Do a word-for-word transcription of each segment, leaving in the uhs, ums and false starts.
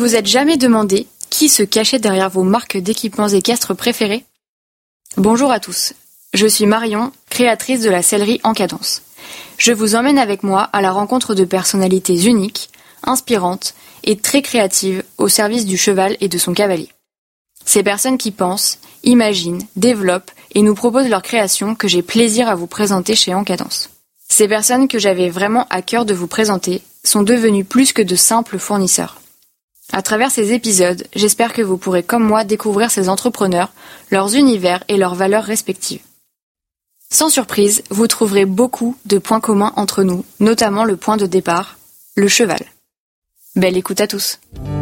vous êtes jamais demandé qui se cachait derrière vos marques d'équipements équestres préférées ? Bonjour à tous, je suis Marion, créatrice de la sellerie En Cadence. Je vous emmène avec moi à la rencontre de personnalités uniques, inspirantes et très créatives au service du cheval et de son cavalier. Ces personnes qui pensent, imaginent, développent et nous proposent leurs créations que j'ai plaisir à vous présenter chez En Cadence. Ces personnes que j'avais vraiment à cœur de vous présenter sont devenues plus que de simples fournisseurs. À travers ces épisodes, j'espère que vous pourrez comme moi découvrir ces entrepreneurs, leurs univers et leurs valeurs respectives. Sans surprise, vous trouverez beaucoup de points communs entre nous, notamment le point de départ, le cheval. Belle écoute à tous.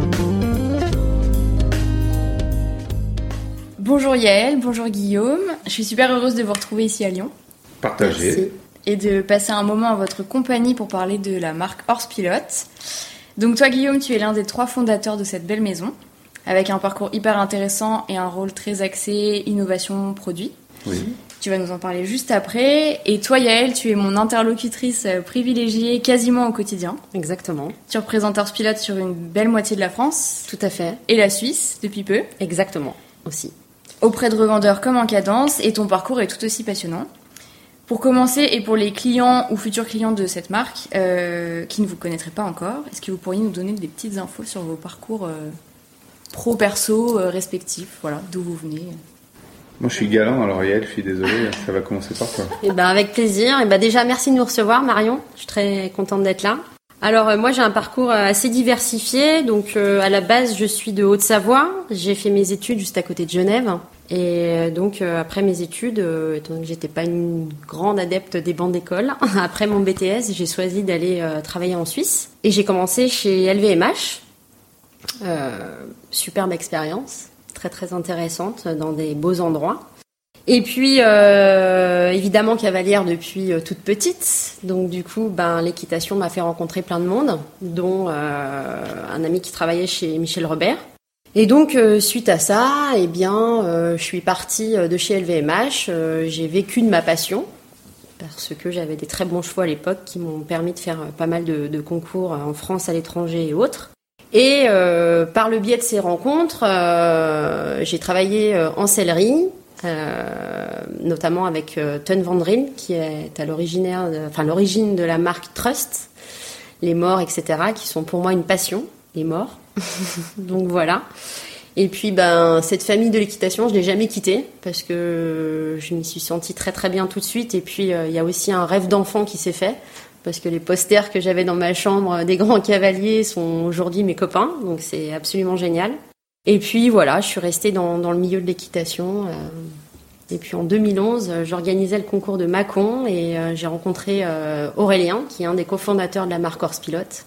Bonjour Yael, bonjour Guillaume, je suis super heureuse de vous retrouver ici à Lyon. Partagez. Merci. Et de passer un moment en votre compagnie pour parler de la marque Horse-Pilote. Donc toi Guillaume, tu es l'un des trois fondateurs de cette belle maison, avec un parcours hyper intéressant et un rôle très axé innovation produit. Oui. Tu vas nous en parler juste après. Et toi Yael, tu es mon interlocutrice privilégiée quasiment au quotidien. Exactement. Tu représentes Horse-Pilote sur une belle moitié de la France. Tout à fait. Et la Suisse, depuis peu. Exactement, aussi. Auprès de revendeurs comme En Cadence, et ton parcours est tout aussi passionnant. Pour commencer, et pour les clients ou futurs clients de cette marque euh, qui ne vous connaîtraient pas encore, est-ce que vous pourriez nous donner des petites infos sur vos parcours euh, pro-perso euh, respectifs, voilà, d'où vous venez? Moi je suis galant, alors Yael, je suis désolé, ça va commencer par quoi? Et ben avec plaisir. Et ben déjà merci de nous recevoir Marion, je suis très contente d'être là. Alors euh, moi j'ai un parcours assez diversifié, donc euh, à la base je suis de Haute-Savoie, j'ai fait mes études juste à côté de Genève. Et donc euh, après mes études, euh, étant donné que j'étais pas une grande adepte des bancs d'école, après mon B T S, j'ai choisi d'aller euh, travailler en Suisse. Et j'ai commencé chez L V M H. Euh, superbe expérience, très très intéressante, dans des beaux endroits. Et puis euh, évidemment cavalière depuis euh, toute petite. Donc du coup, ben l'équitation m'a fait rencontrer plein de monde, dont euh, un ami qui travaillait chez Michel Robert. Et donc, euh, suite à ça, eh bien, euh, je suis partie de chez L V M H. Euh, j'ai vécu de ma passion parce que j'avais des très bons chevaux à l'époque qui m'ont permis de faire pas mal de, de concours en France, à l'étranger et autres. Et euh, par le biais de ces rencontres, euh, j'ai travaillé en sellerie, euh, notamment avec euh, Teun van Drien, qui est à l'originaire, de, enfin l'origine de la marque Trust, les morts, et cetera, qui sont pour moi une passion, les morts. Donc voilà. Et puis ben cette famille de l'équitation, je l'ai jamais quittée parce que je m'y suis sentie très très bien tout de suite. Et puis il euh, y a aussi un rêve d'enfant qui s'est fait parce que les posters que j'avais dans ma chambre des grands cavaliers sont aujourd'hui mes copains. Donc c'est absolument génial. Et puis voilà, je suis restée dans dans le milieu de l'équitation. Euh, et puis en deux mille onze, j'organisais le concours de Mâcon et euh, j'ai rencontré euh, Aurélien, qui est un des cofondateurs de la marque Horse-Pilote.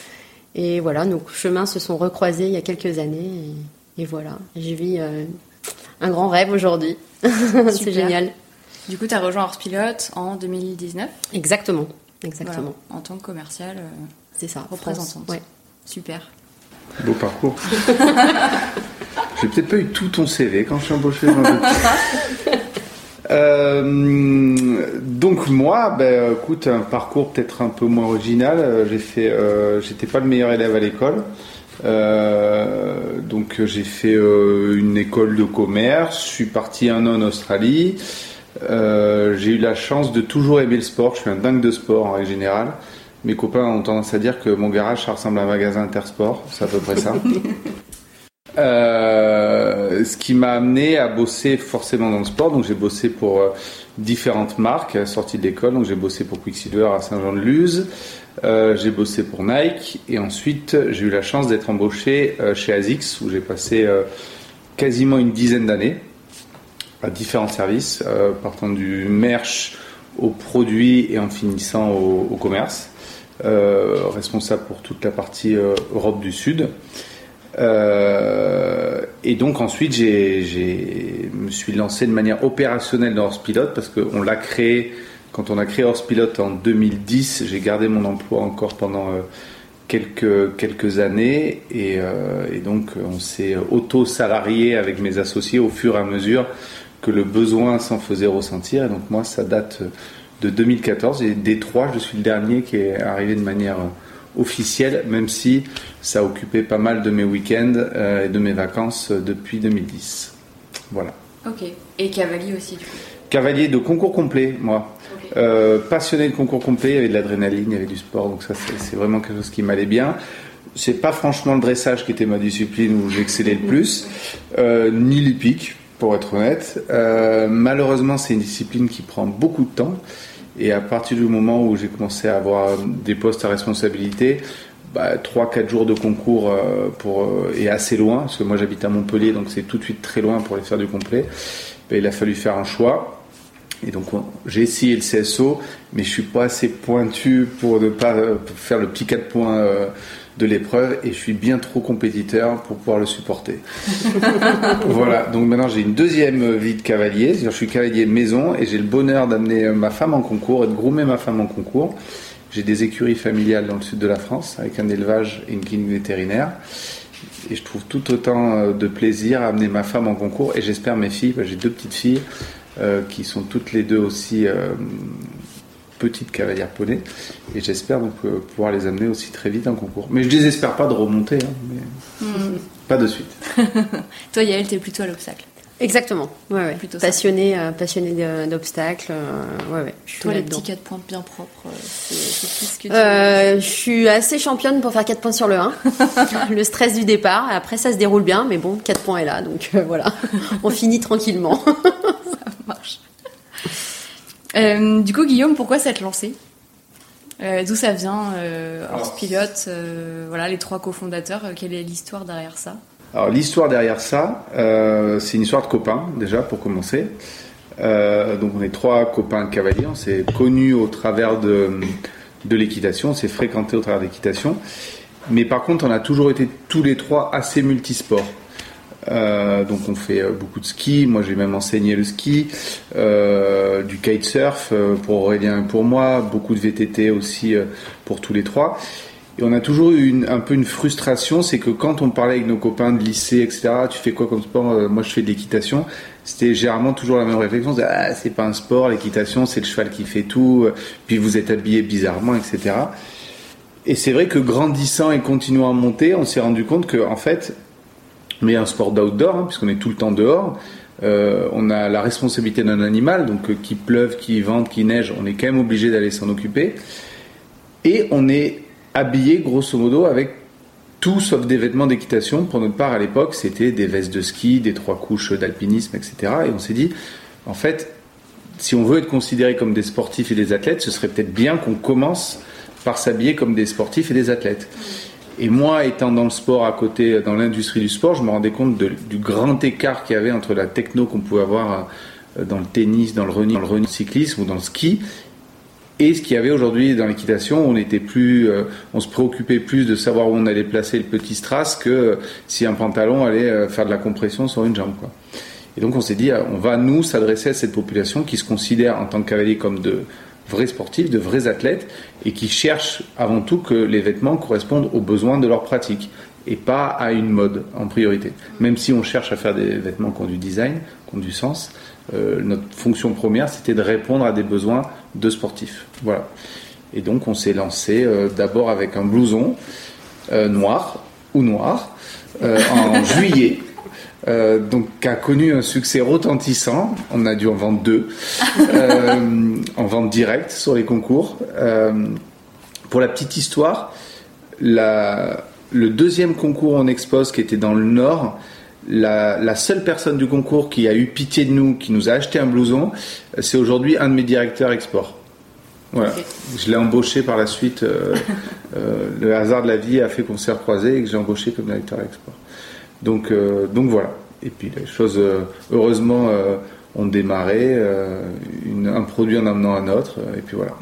Et voilà, nos chemins se sont recroisés il y a quelques années. Et, et voilà, j'ai vu euh, un grand rêve aujourd'hui. C'est génial. Du coup, tu as rejoint Horse-Pilote en deux mille dix-neuf ? Exactement, exactement. Voilà, en tant que commerciale, euh, c'est ça, représentante. Ouais. Super. Beau parcours. J'ai peut-être pas eu tout ton C V quand je suis embauché. Euh, donc moi, ben, écoute, un parcours peut-être un peu moins original. J'ai fait, euh, j'étais pas le meilleur élève à l'école, euh, donc j'ai fait euh, une école de commerce. Je suis parti un an en Australie. Euh, j'ai eu la chance de toujours aimer le sport. Je suis un dingue de sport en règle générale. Mes copains ont tendance à dire que mon garage ça ressemble à un magasin Intersport. C'est à peu près ça. Euh, ce qui m'a amené à bosser forcément dans le sport. Donc j'ai bossé pour euh, différentes marques à la sortie de l'école. Donc j'ai bossé pour Quicksilver à Saint-Jean-de-Luz, euh, j'ai bossé pour Nike et ensuite j'ai eu la chance d'être embauché euh, chez ASICS où j'ai passé euh, quasiment une dizaine d'années à différents services, euh, partant du merch aux produits et en finissant au, au commerce, euh, responsable pour toute la partie euh, Europe du Sud. Euh, et donc ensuite j'ai, j'ai me suis lancé de manière opérationnelle dans Horse-Pilote parce qu'on l'a créé, quand on a créé Horse-Pilote en deux mille dix, j'ai gardé mon emploi encore pendant euh, quelques, quelques années et, euh, et donc on s'est auto-salarié avec mes associés au fur et à mesure que le besoin s'en faisait ressentir. Et donc moi ça date de deux mille quatorze et des trois je suis le dernier qui est arrivé de manière officiel, même si ça a occupé pas mal de mes week-ends euh, et de mes vacances depuis deux mille dix. Voilà. Ok. Et cavalier aussi, du coup. Cavalier de concours complet, moi. Okay. Euh, passionné de concours complet, il y avait de l'adrénaline, il y avait du sport, donc ça c'est, c'est vraiment quelque chose qui m'allait bien. C'est pas franchement le dressage qui était ma discipline où j'excellais le plus, euh, ni l'hippique, pour être honnête. Euh, malheureusement, c'est une discipline qui prend beaucoup de temps. Et à partir du moment où j'ai commencé à avoir des postes à responsabilité, bah, trois quatre jours de concours euh, pour, euh, et assez loin, parce que moi j'habite à Montpellier, donc c'est tout de suite très loin pour les faire du complet. Bah, il a fallu faire un choix. Et donc on, j'ai essayé le C S O, mais je suis pas assez pointu pour ne pas euh, pour faire le petit quatre points euh, de l'épreuve, et je suis bien trop compétiteur pour pouvoir le supporter. Voilà, donc maintenant j'ai une deuxième vie de cavalier, c'est-à-dire je suis cavalier maison et j'ai le bonheur d'amener ma femme en concours et de groomer ma femme en concours. J'ai des écuries familiales dans le sud de la France avec un élevage et une clinique vétérinaire, et je trouve tout autant de plaisir à amener ma femme en concours, et j'espère mes filles, j'ai deux petites filles euh, qui sont toutes les deux aussi euh, petites cavalières poney, et j'espère donc euh, pouvoir les amener aussi très vite en concours. Mais je désespère pas de remonter, hein, mais mmh. pas de suite. Toi, Yael, t'es plutôt à l'obstacle. Exactement. Ouais, ouais. Plutôt passionné, euh, passionné de, d'obstacles. Euh, ouais, ouais. Je Toi, les là-dedans. petits quatre points bien propres, c'est, c'est tout ce que tu euh, Je suis assez championne pour faire quatre points sur le un. Le stress du départ. Après, ça se déroule bien, mais bon, quatre points est là, donc euh, voilà. On finit tranquillement. Ça marche. Euh, du coup, Guillaume, pourquoi s'être lancé euh, D'où ça vient euh, Horse Pilote, euh, voilà, les trois cofondateurs. Euh, quelle est l'histoire derrière ça? Alors l'histoire derrière ça, euh, c'est une histoire de copains déjà pour commencer. Euh, donc on est trois copains cavaliers, on s'est connus au travers de, de l'équitation, on s'est fréquentés au travers de l'équitation. Mais par contre, on a toujours été tous les trois assez multisports. Euh, donc on fait beaucoup de ski, moi j'ai même enseigné le ski, euh, du kitesurf pour Aurélien et pour moi, beaucoup de V T T aussi pour tous les trois. Et on a toujours eu une, un peu une frustration, c'est que quand on parlait avec nos copains de lycée, et cetera, tu fais quoi comme sport? Moi je fais de l'équitation. C'était généralement toujours la même réflexion, c'est, ah, c'est pas un sport, l'équitation c'est le cheval qui fait tout, puis vous êtes habillés bizarrement, et cetera. Et c'est vrai que grandissant et continuant à monter, on s'est rendu compte que en fait, mais un sport d'outdoor, hein, puisqu'on est tout le temps dehors, euh, on a la responsabilité d'un animal, donc euh, qu'il pleuve, qu'il vente, qu'il neige, on est quand même obligé d'aller s'en occuper. Et on est habillé grosso modo avec tout sauf des vêtements d'équitation. Pour notre part à l'époque, c'était des vestes de ski, des trois couches d'alpinisme, et cetera. Et on s'est dit, en fait, si on veut être considéré comme des sportifs et des athlètes, ce serait peut-être bien qu'on commence par s'habiller comme des sportifs et des athlètes. Et moi, étant dans le sport à côté, dans l'industrie du sport, je me rendais compte de, du grand écart qu'il y avait entre la techno qu'on pouvait avoir dans le tennis, dans le running, dans le running cyclisme ou dans le ski, et ce qu'il y avait aujourd'hui dans l'équitation. On était plus, euh, on se préoccupait plus de savoir où on allait placer le petit strass que euh, si un pantalon allait euh, faire de la compression sur une jambe, quoi. Et donc on s'est dit, on va nous s'adresser à cette population qui se considère en tant que cavalier comme de vrais sportifs, de vrais athlètes, et qui cherchent avant tout que les vêtements correspondent aux besoins de leur pratique et pas à une mode en priorité. Même si on cherche à faire des vêtements qui ont du design, qui ont du sens, euh, notre fonction première c'était de répondre à des besoins de sportifs. Voilà. Et donc on s'est lancé euh, d'abord avec un blouson euh, noir ou noir euh, en juillet. Euh, donc qui a connu un succès retentissant. On a dû en vendre deux euh, en vente directe sur les concours. Euh, pour la petite histoire, la, le deuxième concours en expose qui était dans le Nord, la, la seule personne du concours qui a eu pitié de nous, qui nous a acheté un blouson, c'est aujourd'hui un de mes directeurs export. Voilà. Okay. Je l'ai embauché par la suite. Euh, euh, le hasard de la vie a fait qu'on s'est recroisés et que j'ai embauché comme directeur export. Donc, euh, donc voilà. Et puis les choses, euh, heureusement, euh, ont démarré, euh, une, un produit en amenant un autre, euh, et puis voilà.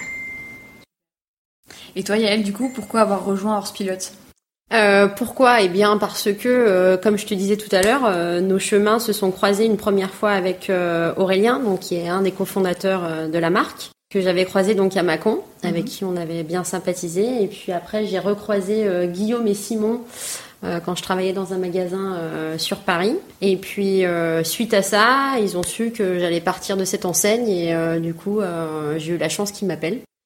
Et toi, Yael, du coup, pourquoi avoir rejoint Horse Pilote ? Euh, pourquoi ? Eh bien parce que, euh, comme je te disais tout à l'heure, euh, nos chemins se sont croisés une première fois avec euh, Aurélien, donc qui est un des cofondateurs euh, de la marque, que j'avais croisé donc à Mâcon, mm-hmm. avec qui on avait bien sympathisé. Et puis après, j'ai recroisé euh, Guillaume et Simon euh, quand je travaillais dans un magasin euh, sur Paris. Et puis euh, suite à ça, ils ont su que j'allais partir de cette enseigne et euh, du coup, euh, j'ai eu la chance qu'ils m'appellent.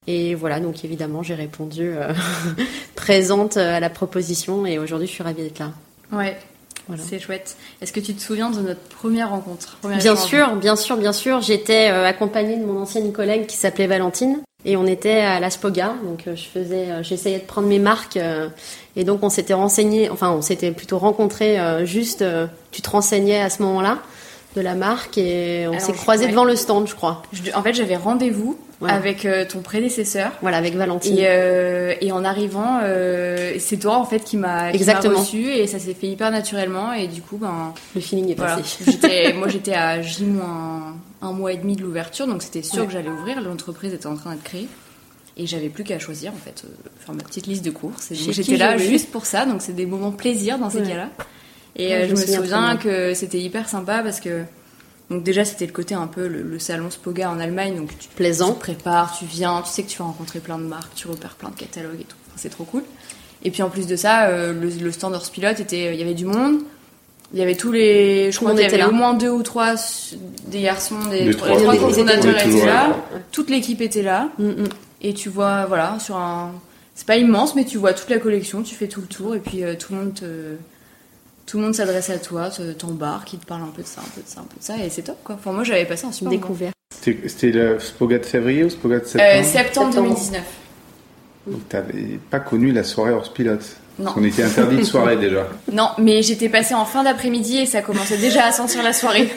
Et voilà, donc évidemment, j'ai répondu euh, présente à la proposition et aujourd'hui, je suis ravie d'être là. Ouais. Voilà. C'est chouette. Est-ce que tu te souviens de notre première rencontre première Bien échange sûr, bien sûr, bien sûr. J'étais euh, accompagnée de mon ancienne collègue qui s'appelait Valentine et on était à l'Aspoga. Donc euh, je faisais, euh, j'essayais de prendre mes marques euh, et donc on s'était renseigné, enfin on s'était plutôt rencontrés. Euh, juste, euh, tu te renseignais à ce moment-là de la marque et on Alors, s'est croisés ouais. devant le stand, je crois. Je, en fait, j'avais rendez-vous ouais. avec euh, ton prédécesseur. Voilà, avec Valentine. Et, euh, et en arrivant, euh, c'est toi en fait qui m'a, qui m'a reçu et ça s'est fait hyper naturellement et du coup, ben le feeling est voilà. passé. J'étais, moi, j'étais à J moins un mois et demi de l'ouverture, donc c'était sûr ouais. que j'allais ouvrir. L'entreprise était en train d'être créée. Et j'avais plus qu'à choisir en fait, euh, faire ma petite liste de courses. Et donc, j'étais là juste pour ça, donc c'est des moments plaisir dans ces ouais. cas-là. Et ouais, euh, je, je me souviens, souviens que c'était hyper sympa parce que donc déjà c'était le côté un peu le, le salon Spoga en Allemagne, donc tu, plaisant. Tu te prépares, tu viens, tu sais que tu vas rencontrer plein de marques, tu repères plein de catalogues et tout. Enfin, c'est trop cool. Et puis en plus de ça, euh, le, le stand Horsepilote était, il y avait du monde. Il y avait tous les, je crois qu'il y avait là. Au moins deux ou trois des garçons, des les trois, trois cofondateurs étaient là. Ouais. Toute l'équipe était là. Mm-hmm. Et tu vois, voilà, sur un, c'est pas immense, mais tu vois toute la collection, tu fais tout le tour et puis euh, tout le monde te, tout le monde s'adresse à toi, te, t'embarque, il te parle un peu de ça, un peu de ça, un peu de ça, et c'est top quoi. Enfin moi j'avais passé un super découvert. C'était, c'était le Spoga de février ou Spoga de septembre euh, Septembre deux mille dix-neuf. Donc t'avais pas connu la soirée Horsepilote. Non. Parce qu'on était interdit de soirée déjà. Non, mais j'étais passée en fin d'après-midi et ça commençait déjà à sentir la soirée.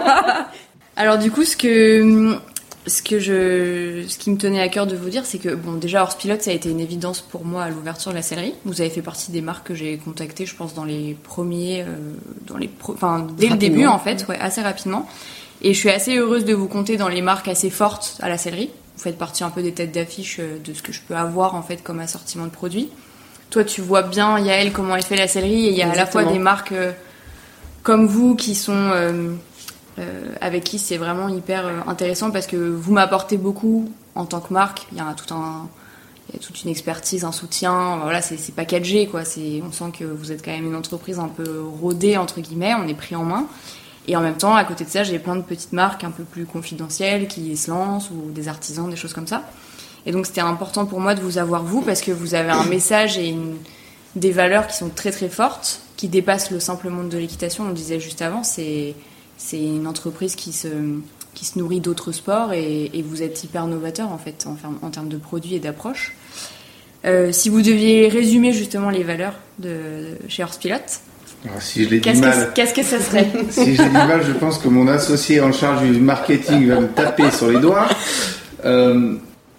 Alors du coup, ce que, ce que je, ce qui me tenait à cœur de vous dire, c'est que bon, déjà Horsepilote, ça a été une évidence pour moi à l'ouverture de la sellerie. Vous avez fait partie des marques que j'ai contactées, je pense, dans les premiers, euh, dans les, pro... enfin dès rapidement. Le début en fait, ouais, assez rapidement. Et je suis assez heureuse de vous compter dans les marques assez fortes à la sellerie. Vous faites partie un peu des têtes d'affiche de ce que je peux avoir en fait comme assortiment de produits. Toi, tu vois bien, Yael, comment elle fait la sellerie, et il y a Exactement. À la fois des marques euh, comme vous qui sont euh, euh, avec qui c'est vraiment hyper euh, intéressant parce que vous m'apportez beaucoup en tant que marque. Il y a tout un, il y a toute une expertise, un soutien. Voilà, c'est, c'est packagé quoi. C'est, on sent que vous êtes quand même une entreprise un peu rodée entre guillemets. On est pris en main. Et en même temps, à côté de ça, j'ai plein de petites marques un peu plus confidentielles qui se lancent ou des artisans, des choses comme ça. Et donc c'était important pour moi de vous avoir vous parce que vous avez un message et une, des valeurs qui sont très très fortes, qui dépassent le simple monde de l'équitation. On le disait juste avant, c'est, c'est une entreprise qui se, qui se nourrit d'autres sports et, et vous êtes hyper novateur en fait en, en termes de produits et d'approche. Euh, si vous deviez résumer justement les valeurs de, de chez Horsepilote, alors, si je l'ai qu'est-ce dit mal, que, qu'est-ce que ça serait? Si je l'ai dit mal, je pense que mon associé en charge du marketing va me taper sur les doigts. Euh,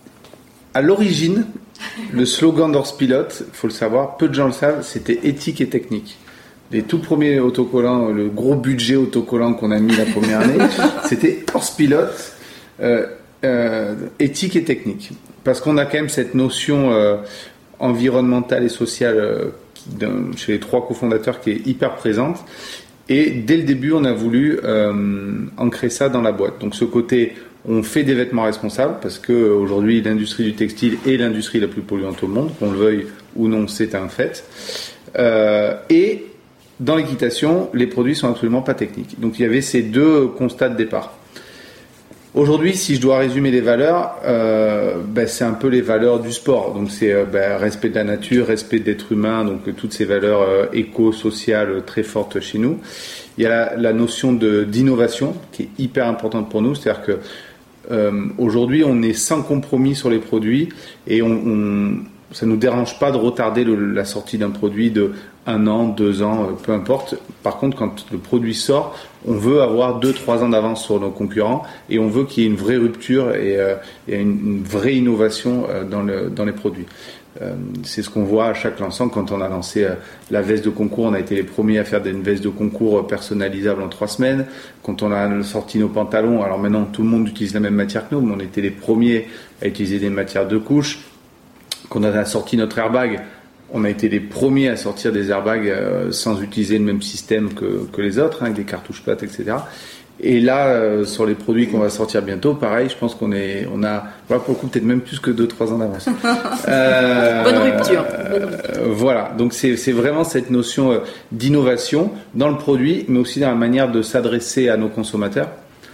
À l'origine, le slogan d'Horsepilote, il faut le savoir, peu de gens le savent, c'était éthique et technique. Les tout premiers autocollants, le gros budget autocollant qu'on a mis la première année, c'était Horsepilote, euh, euh, éthique et technique. Parce qu'on a quand même cette notion euh, environnementale et sociale euh, qui, d'un, chez les trois cofondateurs qui est hyper présente. Et dès le début, on a voulu euh, ancrer ça dans la boîte. Donc ce côté... On fait des vêtements responsables parce qu'aujourd'hui, l'industrie du textile est l'industrie la plus polluante au monde, qu'on le veuille ou non, c'est un fait. Euh, et dans l'équitation, les produits sont absolument pas techniques. Donc il y avait ces deux constats de départ. Aujourd'hui, si je dois résumer les valeurs, euh, ben, c'est un peu les valeurs du sport. Donc c'est euh, ben, respect de la nature, respect de l'être humain, donc euh, toutes ces valeurs euh, éco-sociales très fortes chez nous. Il y a la, la notion de, d'innovation qui est hyper importante pour nous, c'est-à-dire que Euh, aujourd'hui, on est sans compromis sur les produits et on, on, ça ne nous dérange pas de retarder le, la sortie d'un produit de un an, deux ans, euh, peu importe. Par contre, quand le produit sort, on veut avoir deux, trois ans d'avance sur nos concurrents et on veut qu'il y ait une vraie rupture et, euh, et une, une vraie innovation euh, dans, le, dans les produits. Euh, c'est ce qu'on voit à chaque lancement. Quand on a lancé euh, la veste de concours, on a été les premiers à faire une veste de concours personnalisable en trois semaines. Quand on a sorti nos pantalons, alors maintenant tout le monde utilise la même matière que nous, mais on était les premiers à utiliser des matières de couche. Quand on a sorti notre airbag, on a été les premiers à sortir des airbags euh, sans utiliser le même système que, que les autres, hein, avec des cartouches plates, et cetera. Et là, euh, sur les produits qu'on va sortir bientôt, pareil, je pense qu'on est, on a, voilà, pour le coup, peut-être même plus que deux, trois ans d'avance. euh, Bonne rupture. Bonne rupture. Euh, voilà. Donc c'est, c'est vraiment cette notion euh, d'innovation dans le produit, mais aussi dans la manière de s'adresser à nos consommateurs.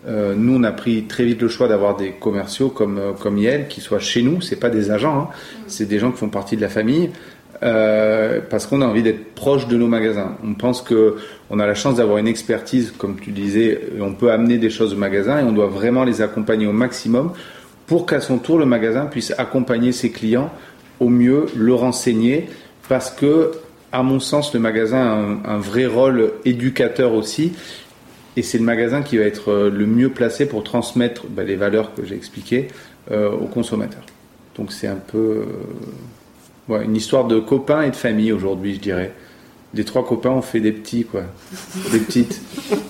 Euh, nous, on a pris très vite le choix d'avoir des commerciaux comme, comme Yael, qui soient chez nous. C'est pas des agents, hein. C'est des gens qui font partie de la famille. Euh, parce qu'on a envie d'être proche de nos magasins. On pense que on a la chance d'avoir une expertise, comme tu disais, et on peut amener des choses au magasin et on doit vraiment les accompagner au maximum pour qu'à son tour, le magasin puisse accompagner ses clients au mieux, le renseigner, parce que, à mon sens, le magasin a un, un vrai rôle éducateur aussi, et c'est le magasin qui va être le mieux placé pour transmettre ben, les valeurs que j'ai expliquées euh, aux consommateurs. Donc c'est un peu euh, ouais, une histoire de copains et de famille aujourd'hui, je dirais. Les trois copains ont fait des petits, quoi, des petites.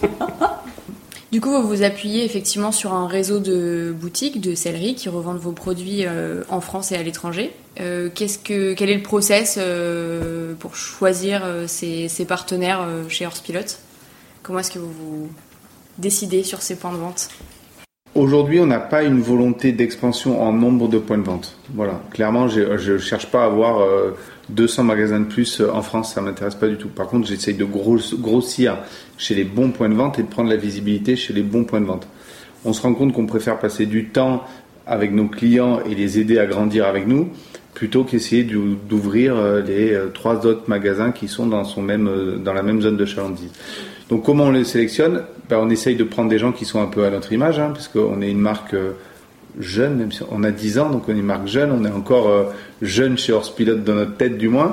Du coup, vous vous appuyez effectivement sur un réseau de boutiques, de selleries qui revendent vos produits euh, en France et à l'étranger. Euh, qu'est-ce que, quel est le process euh, pour choisir euh, ces, ces partenaires euh, chez Horsepilote ? Comment est-ce que vous vous décidez sur ces points de vente ? Aujourd'hui, on n'a pas une volonté d'expansion en nombre de points de vente. Voilà, clairement, je ne cherche pas à avoir euh, deux cents magasins de plus en France, ça ne m'intéresse pas du tout. Par contre, j'essaye de grossir chez les bons points de vente et de prendre la visibilité chez les bons points de vente. On se rend compte qu'on préfère passer du temps avec nos clients et les aider à grandir avec nous, plutôt qu'essayer d'ouvrir les trois autres magasins qui sont dans, son même, dans la même zone de chalandise. Donc comment on les sélectionne ? Ben, on essaye de prendre des gens qui sont un peu à notre image, hein, parce qu'on est une marque jeune, même si on a dix ans, donc on est une marque jeune, on est encore euh, jeune chez Horsepilote dans notre tête du moins.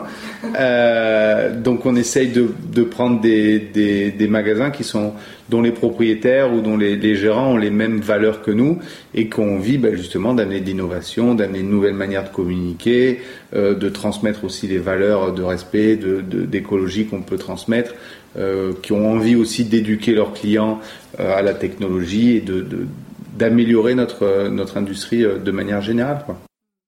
Euh, donc on essaye de, de prendre des, des, des magasins qui sont, dont les propriétaires ou dont les, les gérants ont les mêmes valeurs que nous et qu'on vit ben, justement d'amener de l'innovation, d'amener de nouvelles manières de communiquer, euh, de transmettre aussi les valeurs de respect, de, de, d'écologie qu'on peut transmettre, euh, qui ont envie aussi d'éduquer leurs clients euh, à la technologie et de, de d'améliorer notre, notre industrie de manière générale, quoi.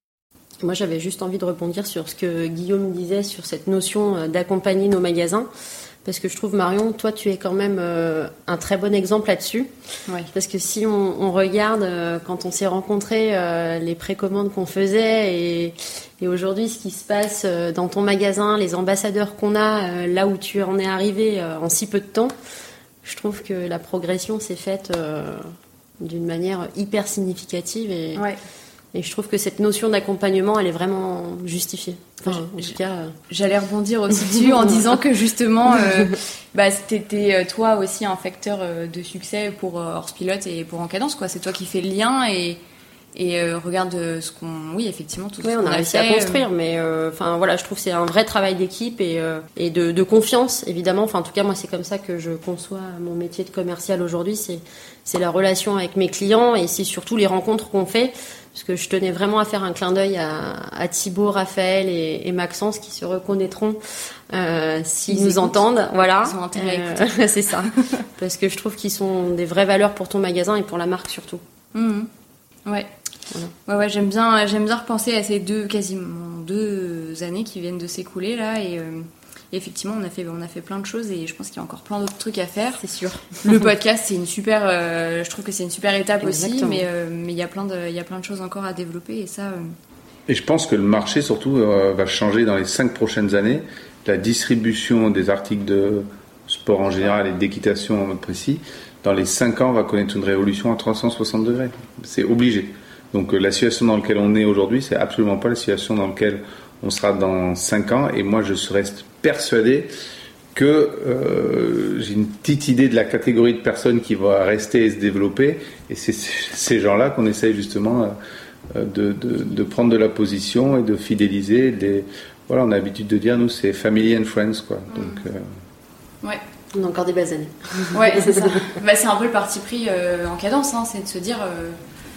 Moi, j'avais juste envie de rebondir sur ce que Guillaume disait sur cette notion d'accompagner nos magasins, parce que je trouve, Marion, toi, tu es quand même euh, un très bon exemple là-dessus. Ouais. Parce que si on, on regarde, euh, quand on s'est rencontrés, euh, les précommandes qu'on faisait et, et aujourd'hui, ce qui se passe euh, dans ton magasin, les ambassadeurs qu'on a, euh, là où tu en es arrivé euh, en si peu de temps, je trouve que la progression s'est faite... Euh, d'une manière hyper significative et, ouais. et je trouve que cette notion d'accompagnement elle est vraiment justifiée. Enfin, en tout cas, euh... j'allais rebondir aussi dessus en disant que justement euh, bah, c'était toi aussi un facteur de succès pour Horsepilote et pour Encadence, quoi. C'est toi qui fais le lien et Et euh, regarde ce qu'on... Oui, effectivement, tout oui, ce qu'on qu'on a a réussi fait, à construire, euh... mais enfin euh, voilà, je trouve que c'est un vrai travail d'équipe et, euh, et de, de confiance, évidemment. Enfin, en tout cas, moi, c'est comme ça que je conçois mon métier de commercial aujourd'hui. C'est, c'est la relation avec mes clients et c'est surtout les rencontres qu'on fait. Parce que je tenais vraiment à faire un clin d'œil à, à Thibaut, Raphaël et, et Maxence qui se reconnaîtront euh, s'ils Ils nous écoutent. entendent. Voilà, ils ont intérêt à écouter. C'est ça. Parce que je trouve qu'ils sont des vraies valeurs pour ton magasin et pour la marque surtout. Mmh. Ouais. Voilà. Ouais, ouais, j'aime bien, j'aime bien repenser à ces deux, quasiment deux années qui viennent de s'écouler là, et, euh, et effectivement, on a fait, on a fait plein de choses, et je pense qu'il y a encore plein d'autres trucs à faire. C'est sûr. Le podcast, c'est une super, euh, je trouve que c'est une super étape Exactement. aussi, mais euh, mais il y a plein de, il y a plein de choses encore à développer, et ça. Euh... Et je pense que le marché surtout euh, va changer dans les cinq prochaines années. La distribution des articles de sport en général et d'équitation en mode précis, dans les cinq ans, va connaître une révolution à trois cent soixante degrés. C'est obligé. Donc la situation dans laquelle on est aujourd'hui, c'est absolument pas la situation dans laquelle on sera dans cinq ans. Et moi, je reste persuadé que euh, j'ai une petite idée de la catégorie de personnes qui va rester et se développer. Et c'est ces gens-là qu'on essaye justement euh, de, de, de prendre de la position et de fidéliser. Des, voilà, on a l'habitude de dire, nous, c'est family and friends, quoi. Donc, euh... ouais. On a encore des belles années. Ouais, c'est ça. Bah, c'est un peu le parti pris euh, en cadence, hein, c'est de se dire... Euh...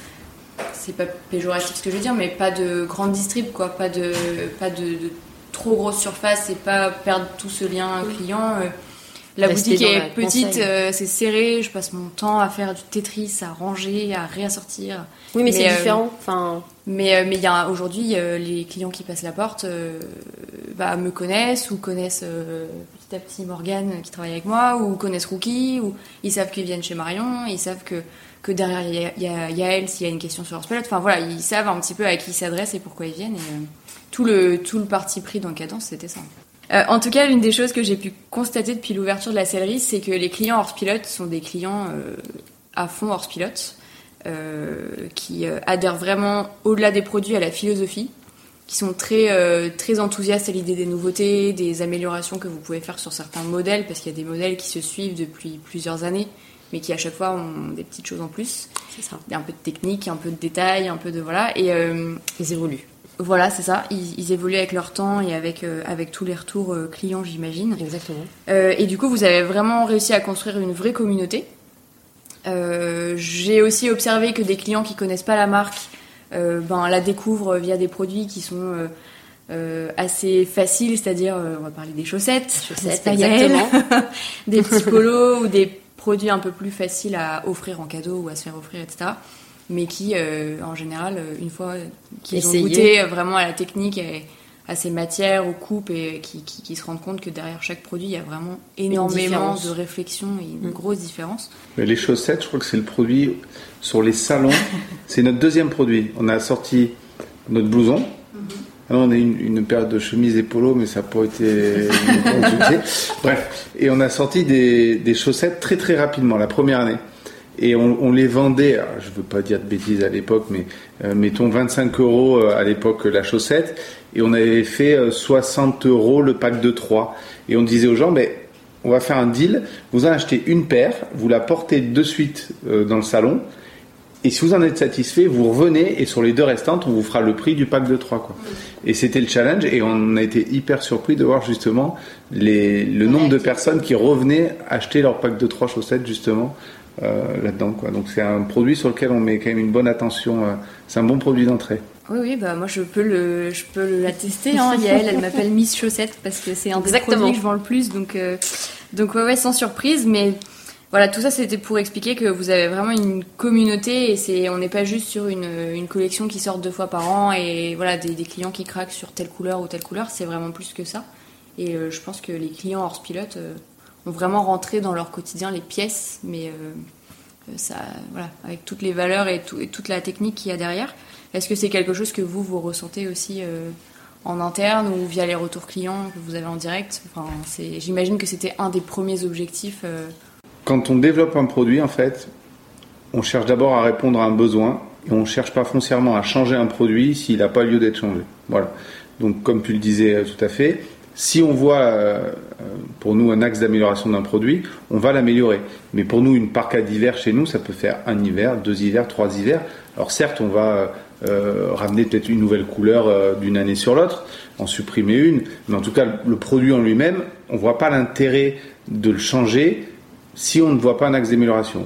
c'est pas péjoratif ce que je veux dire, mais pas de grande distrib, quoi, pas de, pas de, de trop grosse surface, et pas perdre tout ce lien client. Euh, la Rester boutique est petite, euh, c'est serré, je passe mon temps à faire du Tetris, à ranger, à réassortir. Oui, mais, mais c'est euh, différent. Enfin... Mais mais il y a aujourd'hui euh, les clients qui passent la porte, euh, bah, me connaissent ou connaissent euh, petit à petit Morgane qui travaille avec moi, ou connaissent Rookie, ou ils savent qu'ils viennent chez Marion, ils savent que que derrière il y a, y a, y a elle s'il y a une question sur Horsepilote. Enfin voilà, ils savent un petit peu à qui ils s'adressent et pourquoi ils viennent. Et euh, tout le tout le parti pris dans Cadence, c'était ça. Euh, en tout cas, l'une des choses que j'ai pu constater depuis l'ouverture de la sellerie, c'est que les clients Horsepilote sont des clients euh, à fond hors pilote, euh, qui euh, adhèrent vraiment au-delà des produits à la philosophie, qui sont très, euh, très enthousiastes à l'idée des nouveautés, des améliorations que vous pouvez faire sur certains modèles, parce qu'il y a des modèles qui se suivent depuis plusieurs années, mais qui à chaque fois ont des petites choses en plus. C'est ça. Il y a un peu de technique, un peu de détails, un peu de voilà. Et euh, ils évoluent. Voilà, c'est ça. Ils, ils évoluent avec leur temps et avec euh, avec tous les retours euh, clients, j'imagine. Exactement. Euh, et du coup, vous avez vraiment réussi à construire une vraie communauté. Euh, j'ai aussi observé que des clients qui connaissent pas la marque, euh, ben la découvrent via des produits qui sont euh, euh, assez faciles, c'est-à-dire, euh, on va parler des chaussettes, chaussettes, exactement, des petits polos ou des produits un peu plus faciles à offrir en cadeau ou à se faire offrir, et cetera. Mais qui, euh, en général, une fois qu'ils Essayez. ont goûté vraiment à la technique et à ces matières, aux coupes, et qui, qui, qui se rendent compte que derrière chaque produit, il y a vraiment énormément de réflexion et une mmh. grosse différence. Mais les chaussettes, je crois que c'est le produit sur les salons. C'est notre deuxième produit. On a sorti notre blouson. Mmh. Alors on a une, une paire de chemises et polos, mais ça n'a pas été une grande succès. Bref, et on a sorti des, des chaussettes très très rapidement la première année. Et on, on les vendait, alors je ne veux pas dire de bêtises à l'époque, mais euh, mettons vingt-cinq euros à l'époque la chaussette, et on avait fait euh, soixante euros le pack de trois. Et on disait aux gens, ben, on va faire un deal, vous en achetez une paire, vous la portez de suite euh, dans le salon, et si vous en êtes satisfait, vous revenez, et sur les deux restantes, on vous fera le prix du pack de trois, quoi. Et c'était le challenge, et on a été hyper surpris de voir justement les, le nombre de personnes qui revenaient acheter leur pack de trois chaussettes, justement, Euh, là-dedans, quoi. Donc c'est un produit sur lequel on met quand même une bonne attention. Euh, c'est un bon produit d'entrée. Oui, oui, bah moi je peux le, je peux l'attester. Hein. Yael, elle m'appelle Miss Chaussette parce que c'est un des produits que je vends le plus. Donc, euh, donc ouais, ouais, sans surprise. Mais voilà, tout ça c'était pour expliquer que vous avez vraiment une communauté et c'est, on n'est pas juste sur une, une collection qui sort deux fois par an et voilà des, des clients qui craquent sur telle couleur ou telle couleur. C'est vraiment plus que ça. Et euh, je pense que les clients hors pilote euh, ont vraiment rentré dans leur quotidien les pièces, mais euh, ça, voilà, avec toutes les valeurs et, tout, et toute la technique qu'il y a derrière. Est-ce que c'est quelque chose que vous, vous ressentez aussi euh, en interne ou via les retours clients que vous avez en direct? Enfin, c'est, j'imagine que c'était un des premiers objectifs. Euh... Quand on développe un produit, en fait, on cherche d'abord à répondre à un besoin et on ne cherche pas foncièrement à changer un produit s'il n'a pas lieu d'être changé. Voilà. Donc, comme tu le disais tout à fait, si on voit euh, pour nous un axe d'amélioration d'un produit, on va l'améliorer. Mais pour nous, une parka d'hiver chez nous, ça peut faire un hiver, deux hivers, trois hivers. Alors certes, on va euh, ramener peut-être une nouvelle couleur euh, d'une année sur l'autre, en supprimer une, mais en tout cas, le produit en lui-même, on ne voit pas l'intérêt de le changer si on ne voit pas un axe d'amélioration.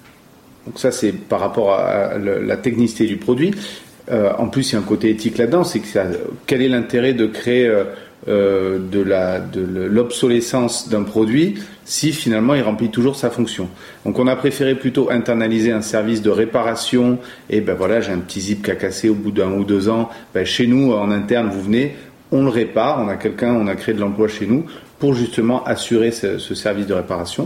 Donc ça, c'est par rapport à la technicité du produit. Euh, en plus, il y a un côté éthique là-dedans, c'est que ça, quel est l'intérêt de créer euh, euh, de, la, de l'obsolescence d'un produit si finalement il remplit toujours sa fonction. Donc on a préféré plutôt internaliser un service de réparation, et ben voilà, j'ai un petit zip qui a cassé au bout d'un ou deux ans, ben chez nous en interne vous venez, on le répare, on a quelqu'un, on a créé de l'emploi chez nous pour justement assurer ce, ce service de réparation.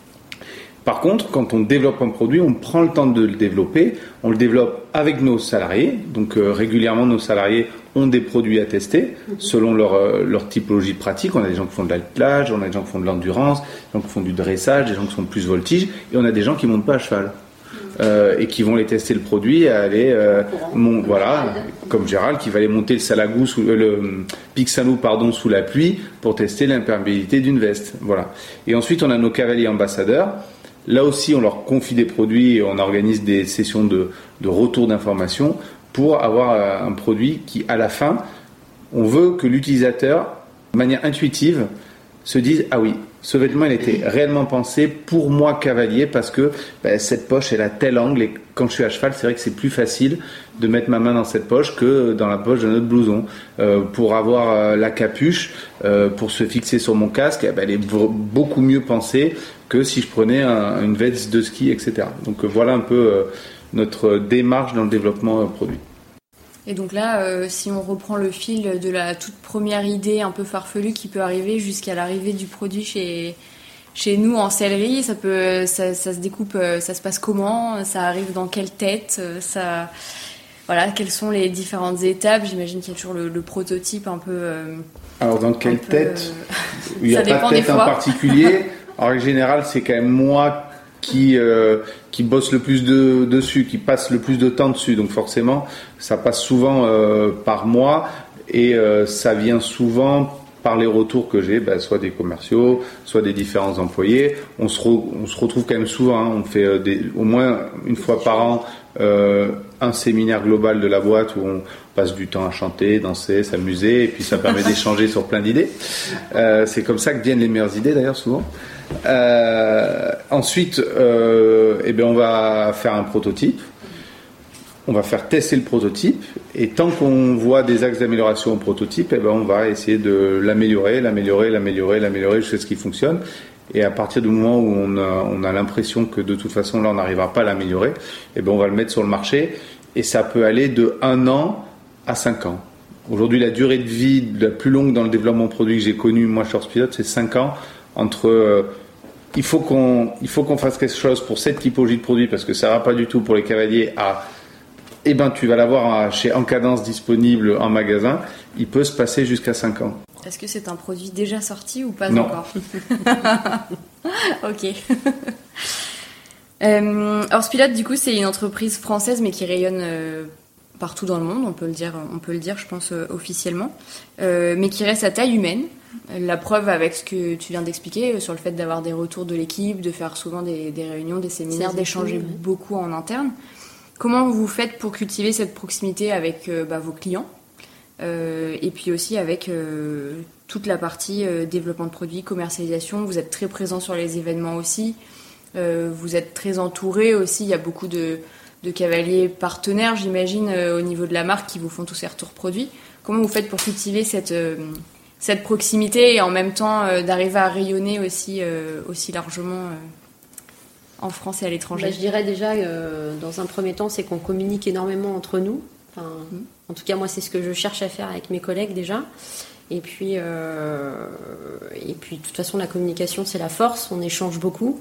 Par contre, quand on développe un produit, on prend le temps de le développer, on le développe avec nos salariés, donc euh, régulièrement nos salariés ont des produits à tester selon leur, euh, leur typologie pratique. On a des gens qui font de l'attelage, on a des gens qui font de l'endurance, des gens qui font du dressage, des gens qui font plus voltige, et on a des gens qui montent pas à cheval. Euh, et qui vont les tester le produit et aller euh, mon, voilà, comme Gérald qui va aller monter le salagou sous, euh, le Pixano pardon sous la pluie pour tester l'imperméabilité d'une veste, voilà. Et ensuite on a nos cavaliers ambassadeurs. Là aussi, on leur confie des produits et on organise des sessions de, de retour d'informations pour avoir un produit qui, à la fin, on veut que l'utilisateur, de manière intuitive, se dise « Ah oui, ce vêtement, il était réellement pensé pour moi, cavalier, parce que ben, cette poche, elle a tel angle et quand je suis à cheval, c'est vrai que c'est plus facile de mettre ma main dans cette poche que dans la poche d'un autre blouson. Euh, pour avoir euh, la capuche, euh, pour se fixer sur mon casque, eh ben, elle est v- beaucoup mieux pensée que si je prenais un, une veste de ski, et cetera. Donc euh, voilà un peu euh, notre démarche dans le développement euh, produit. Et donc là, euh, si on reprend le fil de la toute première idée un peu farfelue qui peut arriver jusqu'à l'arrivée du produit chez, chez nous en sellerie, ça, peut, ça, ça se découpe, ça se passe comment? Ça arrive dans quelle tête? Ça, voilà, quelles sont les différentes étapes? J'imagine qu'il y a toujours le, le prototype un peu... Euh, Alors dans quelle tête? euh, Il n'y a pas de tête en particulier. En règle générale, c'est quand même moi qui euh, qui bosse le plus de, dessus, qui passe le plus de temps dessus. Donc forcément, ça passe souvent euh, par moi et euh, ça vient souvent par les retours que j'ai, bah, soit des commerciaux, soit des différents employés. On se, re, on se retrouve quand même souvent, hein, on fait euh, des, au moins une fois par an euh, un séminaire global de la boîte où on passe du temps à chanter, danser, s'amuser, et puis ça permet d'échanger sur plein d'idées. Euh, c'est comme ça que viennent les meilleures idées d'ailleurs souvent. Euh, ensuite, euh, eh bien, on va faire un prototype. On va faire tester le prototype et tant qu'on voit des axes d'amélioration au prototype, eh ben on va essayer de l'améliorer, l'améliorer, l'améliorer, l'améliorer jusqu'à ce qu'il fonctionne. Et à partir du moment où on a, on a l'impression que de toute façon là on n'arrivera pas à l'améliorer, eh ben on va le mettre sur le marché et ça peut aller de un an à cinq ans. Aujourd'hui, la durée de vie la plus longue dans le développement produit que j'ai connu moi chez Horse Pilot, c'est cinq ans entre euh, il faut qu'on il faut qu'on fasse quelque chose pour cette typologie de produit parce que ça va pas du tout pour les cavaliers à eh ben, tu vas l'avoir chez Encadence disponible en magasin. Il peut se passer jusqu'à cinq ans. Est-ce que c'est un produit déjà sorti ou pas non. encore? Ok. euh, Horse Pilot, du coup, c'est une entreprise française, mais qui rayonne euh, partout dans le monde, on peut le dire, on peut le dire je pense, euh, officiellement, euh, mais qui reste à taille humaine. La preuve avec ce que tu viens d'expliquer, sur le fait d'avoir des retours de l'équipe, de faire souvent des, des réunions, des séminaires, c'est d'échanger oui. beaucoup en interne. Comment vous faites pour cultiver cette proximité avec euh, bah, vos clients euh, et puis aussi avec euh, toute la partie euh, développement de produits, commercialisation? Vous êtes très présent sur les événements aussi, euh, vous êtes très entouré aussi, il y a beaucoup de, de cavaliers partenaires, j'imagine, euh, au niveau de la marque qui vous font tous ces retours produits. Comment vous faites pour cultiver cette, euh, cette proximité et en même temps euh, d'arriver à rayonner aussi, euh, aussi largement euh, en France et à l'étranger? Bah, je dirais déjà, euh, dans un premier temps, c'est qu'on communique énormément entre nous. Enfin, mmh. En tout cas, moi, c'est ce que je cherche à faire avec mes collègues déjà. Et puis, euh, et puis, de toute façon, la communication, c'est la force. On échange beaucoup.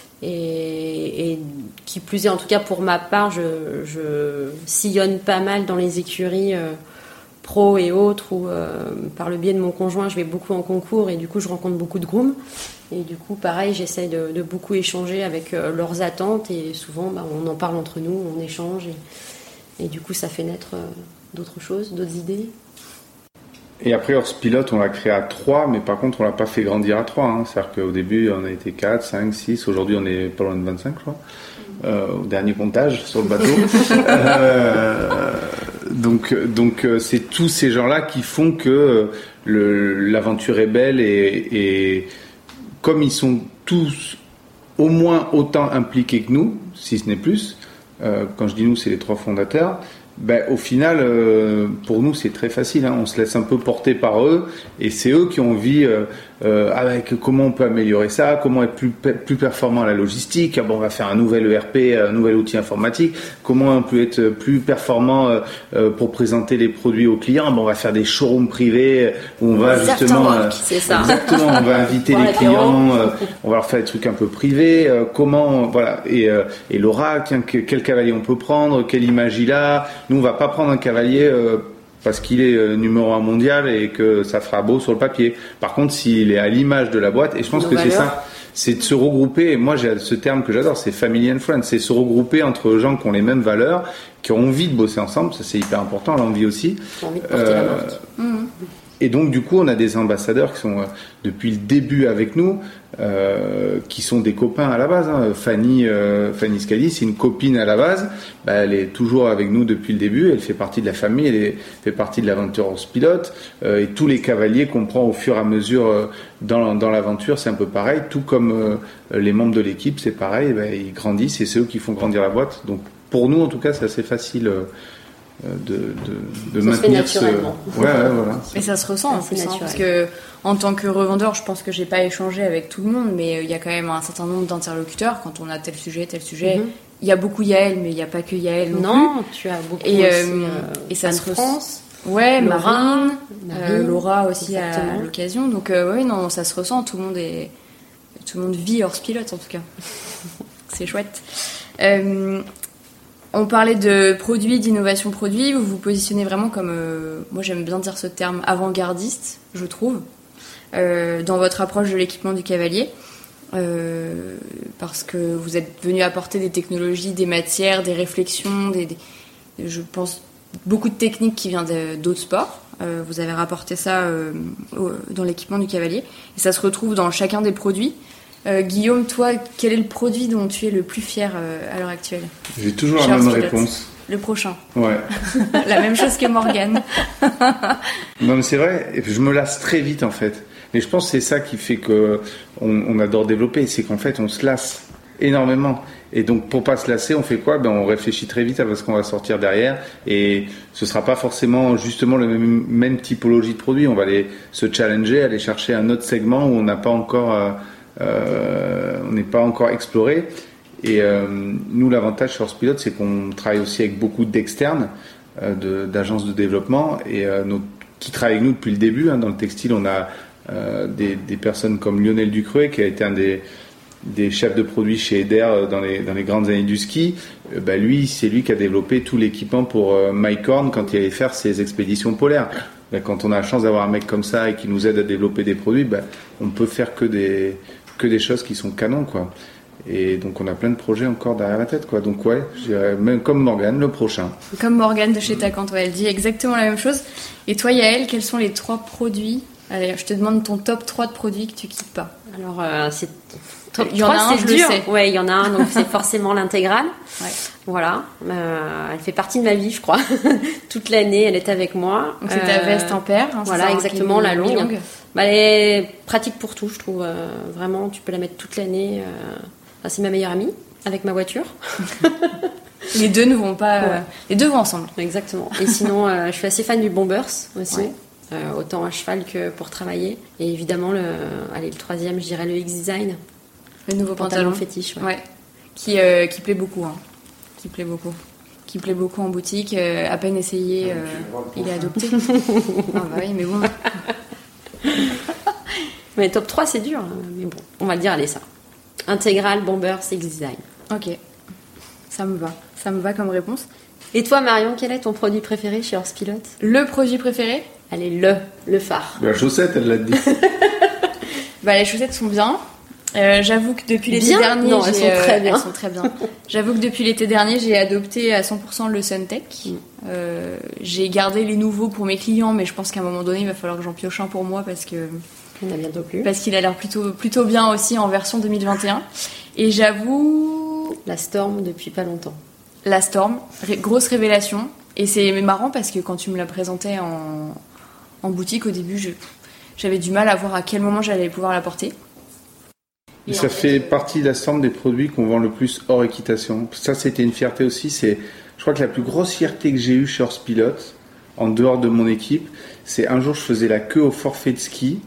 Et, et qui plus est, en tout cas pour ma part, je, je sillonne pas mal dans les écuries euh, pro et autres, où euh, par le biais de mon conjoint, je vais beaucoup en concours et du coup, je rencontre beaucoup de grooms. Et du coup, pareil, j'essaie de, de beaucoup échanger avec euh, leurs attentes et souvent, bah, on en parle entre nous, on échange et, et du coup, ça fait naître euh, d'autres choses, d'autres idées. Et après, Horse Pilot, on l'a créé à trois, mais par contre, on l'a pas fait grandir à trois. Hein. C'est-à-dire qu'au début, on a été quatre, cinq, six. Aujourd'hui, on est pas loin de vingt-cinq, je crois, euh, au dernier comptage sur le bateau. euh, donc, donc, c'est tous ces gens-là qui font que le, l'aventure est belle et, et comme ils sont tous au moins autant impliqués que nous, si ce n'est plus, euh, quand je dis nous, c'est les trois fondateurs, ben, au final, euh, pour nous, c'est très facile. Hein. On se laisse un peu porter par eux et c'est eux qui ont envie euh, euh, avec comment on peut améliorer ça, comment être plus, plus performant à la logistique. Ah bon, on va faire un nouvel E R P, un nouvel outil informatique. Comment on peut être plus performant euh, euh, pour présenter les produits aux clients. Bon, on va faire des showrooms privés où on va justement, euh, c'est ça. Exactement, on va inviter les clients, euh, on va leur faire des trucs un peu privés. Euh, comment, voilà. Et, euh, et Laura, tiens, quel cavalier on peut prendre, quelle image il a. Nous, on va pas prendre un cavalier euh, parce qu'il est euh, numéro un mondial et que ça fera beau sur le papier. Par contre, s'il est à l'image de la boîte, et je pense Nos que valeurs. c'est ça, c'est de se regrouper. Et moi, j'ai ce terme que j'adore, c'est family and friends. C'est se regrouper entre gens qui ont les mêmes valeurs, qui ont envie de bosser ensemble. Ça, c'est hyper important, l'envie aussi. Envie de porter euh, la marque. Mmh. Et donc, du coup, on a des ambassadeurs qui sont euh, depuis le début avec nous, euh, qui sont des copains à la base. Hein. Fanny, euh, Fanny Scali, c'est une copine à la base. Bah, elle est toujours avec nous depuis le début. Elle fait partie de la famille, elle est, fait partie de l'aventure Horse Pilot. Euh, et tous les cavaliers qu'on prend au fur et à mesure euh, dans, dans l'aventure, c'est un peu pareil. Tout comme euh, les membres de l'équipe, c'est pareil. Bah, ils grandissent et c'est eux qui font grandir la boîte. Donc, pour nous, en tout cas, c'est assez facile. Euh, de, de, de ça maintenir se fait naturellement. Ce... Ouais, ouais, voilà. Et ça se ressent en plus, hein, parce que en tant que revendeur, je pense que j'ai pas échangé avec tout le monde, mais il y a quand même un certain nombre d'interlocuteurs quand on a tel sujet, tel sujet. Mm-hmm. Il y a beaucoup Yael, mais il n'y a pas que Yael non, non plus. Tu as beaucoup et, aussi, euh, et ça Anne se France. Ouais, Laura, Marine, Marine euh, Laura aussi exactement. à l'occasion. Donc euh, ouais, non, ça se ressent. Tout le monde est, tout le monde vit Horse Pilot en tout cas. C'est chouette. Euh, On parlait de produits, d'innovation produit. Vous vous positionnez vraiment comme, euh, moi j'aime bien dire ce terme, avant-gardiste, je trouve, euh, dans votre approche de l'équipement du cavalier. euh, parce que vous êtes venu apporter des technologies, des matières, des réflexions, des, des, je pense beaucoup de techniques qui viennent de, d'autres sports. Euh, vous avez rapporté ça euh, au, dans l'équipement du cavalier et ça se retrouve dans chacun des produits. Euh, Guillaume, toi, quel est le produit dont tu es le plus fier euh, à l'heure actuelle? J'ai toujours la même réponse. Le prochain. Ouais. La même chose que Morgane. Non mais c'est vrai, je me lasse très vite en fait. Et je pense que c'est ça qui fait que on, on adore développer, c'est qu'en fait on se lasse énormément. Et donc pour pas se lasser, on fait quoi? Ben on réfléchit très vite à ce qu'on va sortir derrière. Et ce sera pas forcément justement la même, même typologie de produit. On va aller se challenger, aller chercher un autre segment où on n'a pas encore, euh, euh, on n'est pas encore exploré. Et euh, nous, l'avantage sur Horsepilote, c'est qu'on travaille aussi avec beaucoup d'externes, euh, de, d'agences de développement, et euh, nos, qui travaillent avec nous depuis le début. Hein. Dans le textile, on a euh, des, des personnes comme Lionel Ducreux, qui a été un des, des chefs de produits chez Eder dans les, dans les grandes années du ski. Euh, bah, lui, c'est lui qui a développé tout l'équipement pour euh, Mike Horn quand il allait faire ses expéditions polaires. Bah, quand on a la chance d'avoir un mec comme ça et qui nous aide à développer des produits, bah, on peut faire que des, que des choses qui sont canons, quoi. Et donc on a plein de projets encore derrière la tête, quoi. Donc ouais, je dirais, même comme Morgane, le prochain. Comme Morgane de chez Tacante, ouais, elle dit exactement la même chose. Et toi, Yael, quels sont les trois produits? Allez, je te demande ton top trois de produits que tu quittes pas. Alors, euh, c'est top il y en trois, a un, c'est je dur. le sais. Ouais, il y en a un, donc c'est forcément l'intégrale. Ouais. Voilà, euh, elle fait partie de ma vie, je crois. Toute l'année, elle est avec moi. Donc c'est ta Euh, veste en paire. Hein, voilà, ça, exactement, la longue. longue. Bah, elle est pratique pour tout, je trouve. Euh, vraiment, tu peux la mettre toute l'année. Euh... Enfin, c'est ma meilleure amie, avec ma voiture. Les deux ne vont pas... Ouais. Euh, les deux vont ensemble. Exactement. Et sinon, euh, je suis assez fan du Bombers aussi. Ouais. Euh, autant à cheval que pour travailler. Et évidemment, le, allez, le troisième, je dirais le X-Design. Le nouveau Pantalon, pantalon. fétiche. Ouais. Ouais. Qui, euh, qui plaît beaucoup. Hein. Qui plaît beaucoup. Qui plaît beaucoup en boutique. Euh, à peine essayé, euh, il est adopté. Ah bah oui, mais bon. Mais top trois, c'est dur. Mais bon, on va le dire, allez, ça. Intégral, Bombers, X-Design. Ok. Ça me va. Ça me va comme réponse. Et toi, Marion, quel est ton produit préféré chez Horsepilote? Le produit préféré? Allez, le, le phare. La chaussette, elle l'a dit. Bah, les chaussettes sont bien. Euh, j'avoue que depuis l'été Bien dernier, non, elles j'ai, sont très euh, bien. elles sont très bien. J'avoue que depuis l'été dernier, j'ai adopté à cent pour cent le Suntech. Mm. Euh, j'ai gardé les nouveaux pour mes clients, mais je pense qu'à un moment donné, il va falloir que j'en pioche un pour moi parce que On a bientôt plus. parce qu'il a l'air plutôt plutôt bien aussi en version deux mille vingt et un. Et j'avoue, La Storm depuis pas longtemps. la Storm, ré- grosse révélation. Et c'est marrant parce que quand tu me la présentais en, en boutique au début, je, j'avais du mal à voir à quel moment j'allais pouvoir la porter. Et ça fait partie de la somme des produits qu'on vend le plus hors équitation. Ça, c'était une fierté aussi. C'est, je crois que la plus grosse fierté que j'ai eue chez Horsepilote, en dehors de mon équipe, c'est un jour, je faisais la queue au forfait de ski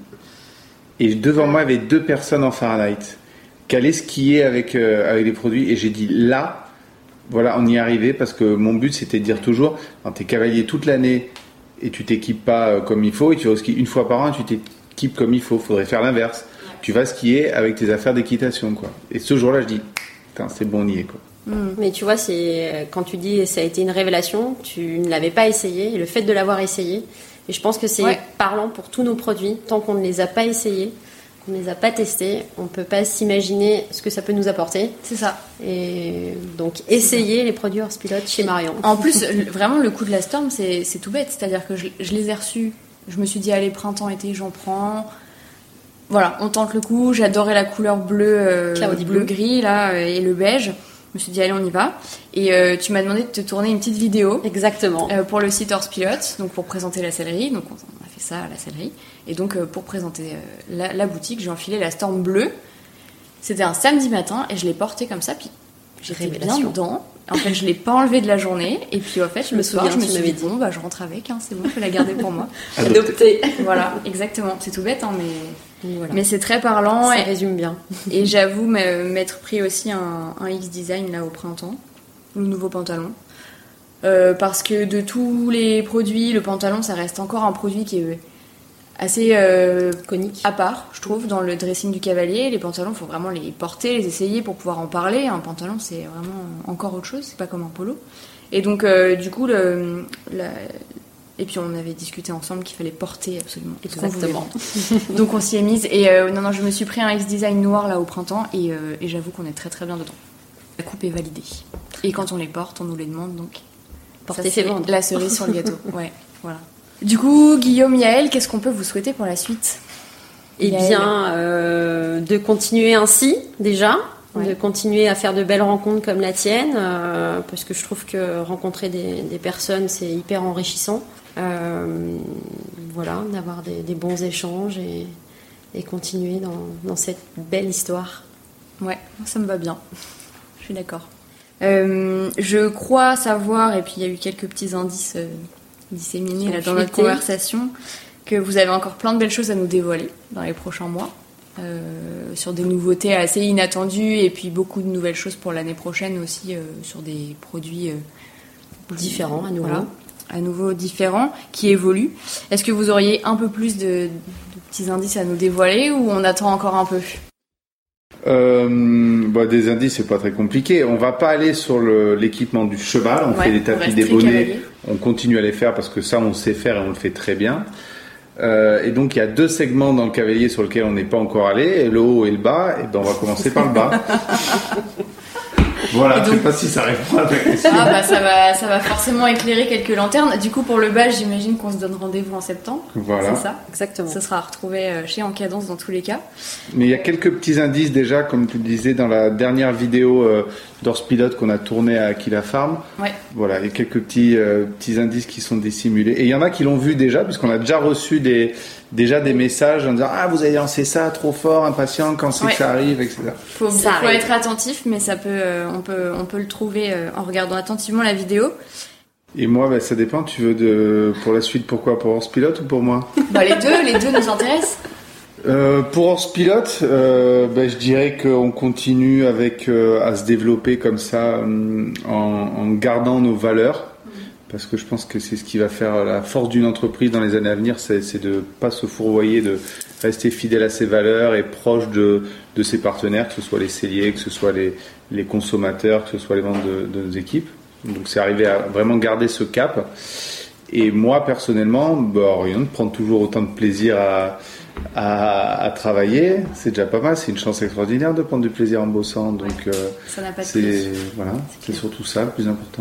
et devant moi, il y avait deux personnes en Fahrenheit qui allaient skier avec, euh, avec les produits. Et j'ai dit, là, voilà, on y est arrivé parce que mon but, c'était de dire toujours, quand t'es cavalier toute l'année et tu t'équipes pas euh, comme il faut et tu vas au ski une fois par an et tu t'équipes comme il faut, faudrait faire l'inverse. Tu vas skier avec tes affaires d'équitation, quoi. Et ce jour-là, je dis, putain, c'est bon, on y est, quoi. Mm. Mais tu vois, c'est quand tu dis ça a été une révélation, tu ne l'avais pas essayé, et le fait de l'avoir essayé, et je pense que c'est Ouais. parlant pour tous nos produits, tant qu'on ne les a pas essayés, qu'on ne les a pas testés, on ne peut pas s'imaginer ce que ça peut nous apporter. C'est ça. Et donc, essayez les produits Horsepilote chez Marion. En plus, le- vraiment, le coup de la Storm, c'est, c'est tout bête. C'est-à-dire que je, je les ai reçus. Je me suis dit, allez, printemps, été, j'en prends. Voilà, on tente le coup. J'adorais la couleur bleu, euh, Cloudy bleu blue. gris là, euh, et le beige. Je me suis dit, allez, on y va. Et euh, tu m'as demandé de te tourner une petite vidéo Exactement. euh, pour le site Horsepilote, donc pour présenter la sellerie. Donc on on a fait ça à la sellerie. Et donc euh, pour présenter euh, la, la boutique, j'ai enfilé la Storm bleue. C'était un samedi matin et je l'ai portée comme ça. Puis j'étais bien Révélation. dedans. En fait, je l'ai pas enlevée de la journée. Et puis en fait, Je me le soir, souviens, je me tu suis m'avais dit, dit. bon, bah je rentre avec, hein, c'est bon, je vais la garder pour moi. Adopté. Voilà, exactement. C'est tout bête, hein, mais, Voilà. mais c'est très parlant. Ça Et, résume bien. et j'avoue m- m'être pris aussi un, un X-Design là au printemps, le nouveau pantalon. Euh, parce que de tous les produits, le pantalon, ça reste encore un produit qui est assez euh, Conique. à part, je trouve, dans le dressing du cavalier. Les pantalons, il faut vraiment les porter, les essayer pour pouvoir en parler. Un pantalon, c'est vraiment encore autre chose, c'est pas comme un polo. Et donc, euh, du coup, le, la- Et puis on avait discuté ensemble qu'il fallait porter absolument. Exactement. Donc on s'y est mise. Et euh, non, non, je me suis pris un X-Design noir là au printemps et, euh, et j'avoue qu'on est très très bien dedans. La coupe est validée. Et quand on les porte, on nous les demande donc. Porter ses vendre. La cerise sur le gâteau. Ouais, voilà. Du coup, Guillaume, Yael, qu'est-ce qu'on peut vous souhaiter pour la suite ? Eh Yael. bien, euh, de continuer ainsi déjà. Ouais. De continuer à faire de belles rencontres comme la tienne, euh, parce que je trouve que rencontrer des, des personnes, c'est hyper enrichissant. Euh, voilà, d'avoir des, des bons échanges et, et continuer dans, dans cette belle histoire. Ouais, ça me va bien. Je suis d'accord. Euh, je crois savoir, et puis il y a eu quelques petits indices euh, disséminés là, dans notre conversation, que vous avez encore plein de belles choses à nous dévoiler dans les prochains mois. Euh, sur des nouveautés assez inattendues et puis beaucoup de nouvelles choses pour l'année prochaine aussi euh, sur des produits euh, différents à nouveau. Voilà, à nouveau différents qui évoluent. Est-ce que vous auriez un peu plus de, de petits indices à nous dévoiler ou on attend encore un peu ? Euh, bah, des indices, c'est pas très compliqué. On va pas aller sur le, l'équipement du cheval. On ouais, fait des tapis, des bonnets. On continue à les faire parce que ça, on sait faire et on le fait très bien. Euh, et donc il y a deux segments dans le cavalier sur lesquels on n'est pas encore allé, le haut et le bas, et ben on va commencer par le bas. Voilà, donc, je sais pas si ça répond à ta question. Ah bah ça va, ça va forcément éclairer quelques lanternes. Du coup pour le bas, j'imagine qu'on se donne rendez-vous en septembre. Voilà. C'est ça, exactement. Ça sera retrouvé chez En Cadence dans tous les cas. Mais il y a quelques petits indices déjà, comme tu le disais dans la dernière vidéo euh, d'Horse Pilote qu'on a tournée à Aquila Farm. Ouais. Voilà, il y a quelques petits euh, petits indices qui sont dissimulés. Et il y en a qui l'ont vu déjà, puisqu'on a déjà reçu des déjà des messages en disant ah vous avez lancé ça trop fort, impatient, quand c'est ouais. que ça arrive, et cetera. Faut, ça faut être attentif, mais ça peut, euh, on peut, on peut le trouver euh, en regardant attentivement la vidéo. Et moi, bah, ça dépend. Tu veux de pour la suite, pourquoi pour Horse Pilote ou pour moi ? Bah les deux, les deux nous intéressent. Euh, pour Horse Pilote, euh, bah, je dirais qu'on continue avec euh, à se développer comme ça euh, en, en gardant nos valeurs. Parce que je pense que c'est ce qui va faire la force d'une entreprise dans les années à venir, c'est, c'est de pas se fourvoyer, de rester fidèle à ses valeurs et proche de, de ses partenaires, que ce soit les selliers, que ce soit les, les consommateurs, que ce soit les ventes de, de nos équipes. Donc c'est arriver à vraiment garder ce cap. Et moi personnellement, bah, rien, de prendre toujours autant de plaisir à, à, à travailler, c'est déjà pas mal. C'est une chance extraordinaire de prendre du plaisir en bossant. Donc ouais, euh, ça n'a pas de c'est prix. Voilà, c'est, c'est surtout ça le plus important.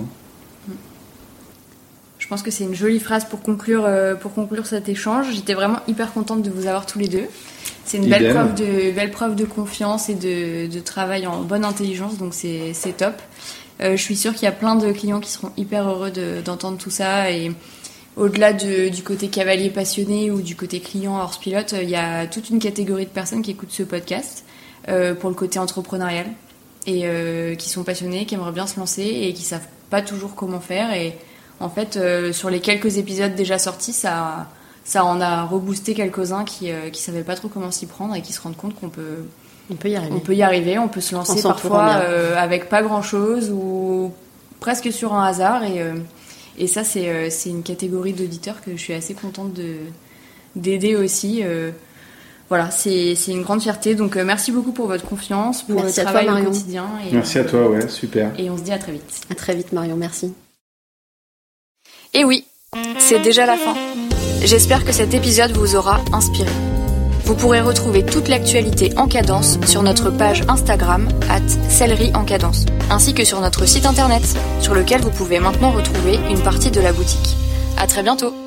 Je pense que c'est une jolie phrase pour conclure, euh, pour conclure cet échange. J'étais vraiment hyper contente de vous avoir tous les deux. C'est une belle preuve, de, belle preuve de confiance et de, de travail en bonne intelligence, donc c'est, c'est top. Euh, je suis sûre qu'il y a plein de clients qui seront hyper heureux de, d'entendre tout ça. Et au-delà de, du côté cavalier passionné ou du côté client Horse Pilote, il y a toute une catégorie de personnes qui écoutent ce podcast euh, pour le côté entrepreneurial et euh, qui sont passionnés, qui aimeraient bien se lancer et qui savent pas toujours comment faire. Et en fait, euh, sur les quelques épisodes déjà sortis, ça, ça en a reboosté quelques-uns qui euh, qui savaient pas trop comment s'y prendre et qui se rendent compte qu'on peut, on peut y arriver. On peut y arriver, on peut se lancer parfois euh, avec pas grand-chose ou presque sur un hasard. Et, euh, et ça, c'est, euh, c'est une catégorie d'auditeurs que je suis assez contente de, d'aider aussi. Euh, voilà, c'est, c'est une grande fierté. Donc, euh, merci beaucoup pour votre confiance, pour merci le travail toi, au quotidien. Et, merci à toi, ouais, super. Et on se dit à très vite. À très vite, Marion, merci. Et oui, c'est déjà la fin. J'espère que cet épisode vous aura inspiré. Vous pourrez retrouver toute l'actualité En Cadence sur notre page Instagram arobase sellerie en cadence, ainsi que sur notre site internet, sur lequel vous pouvez maintenant retrouver une partie de la boutique. À très bientôt.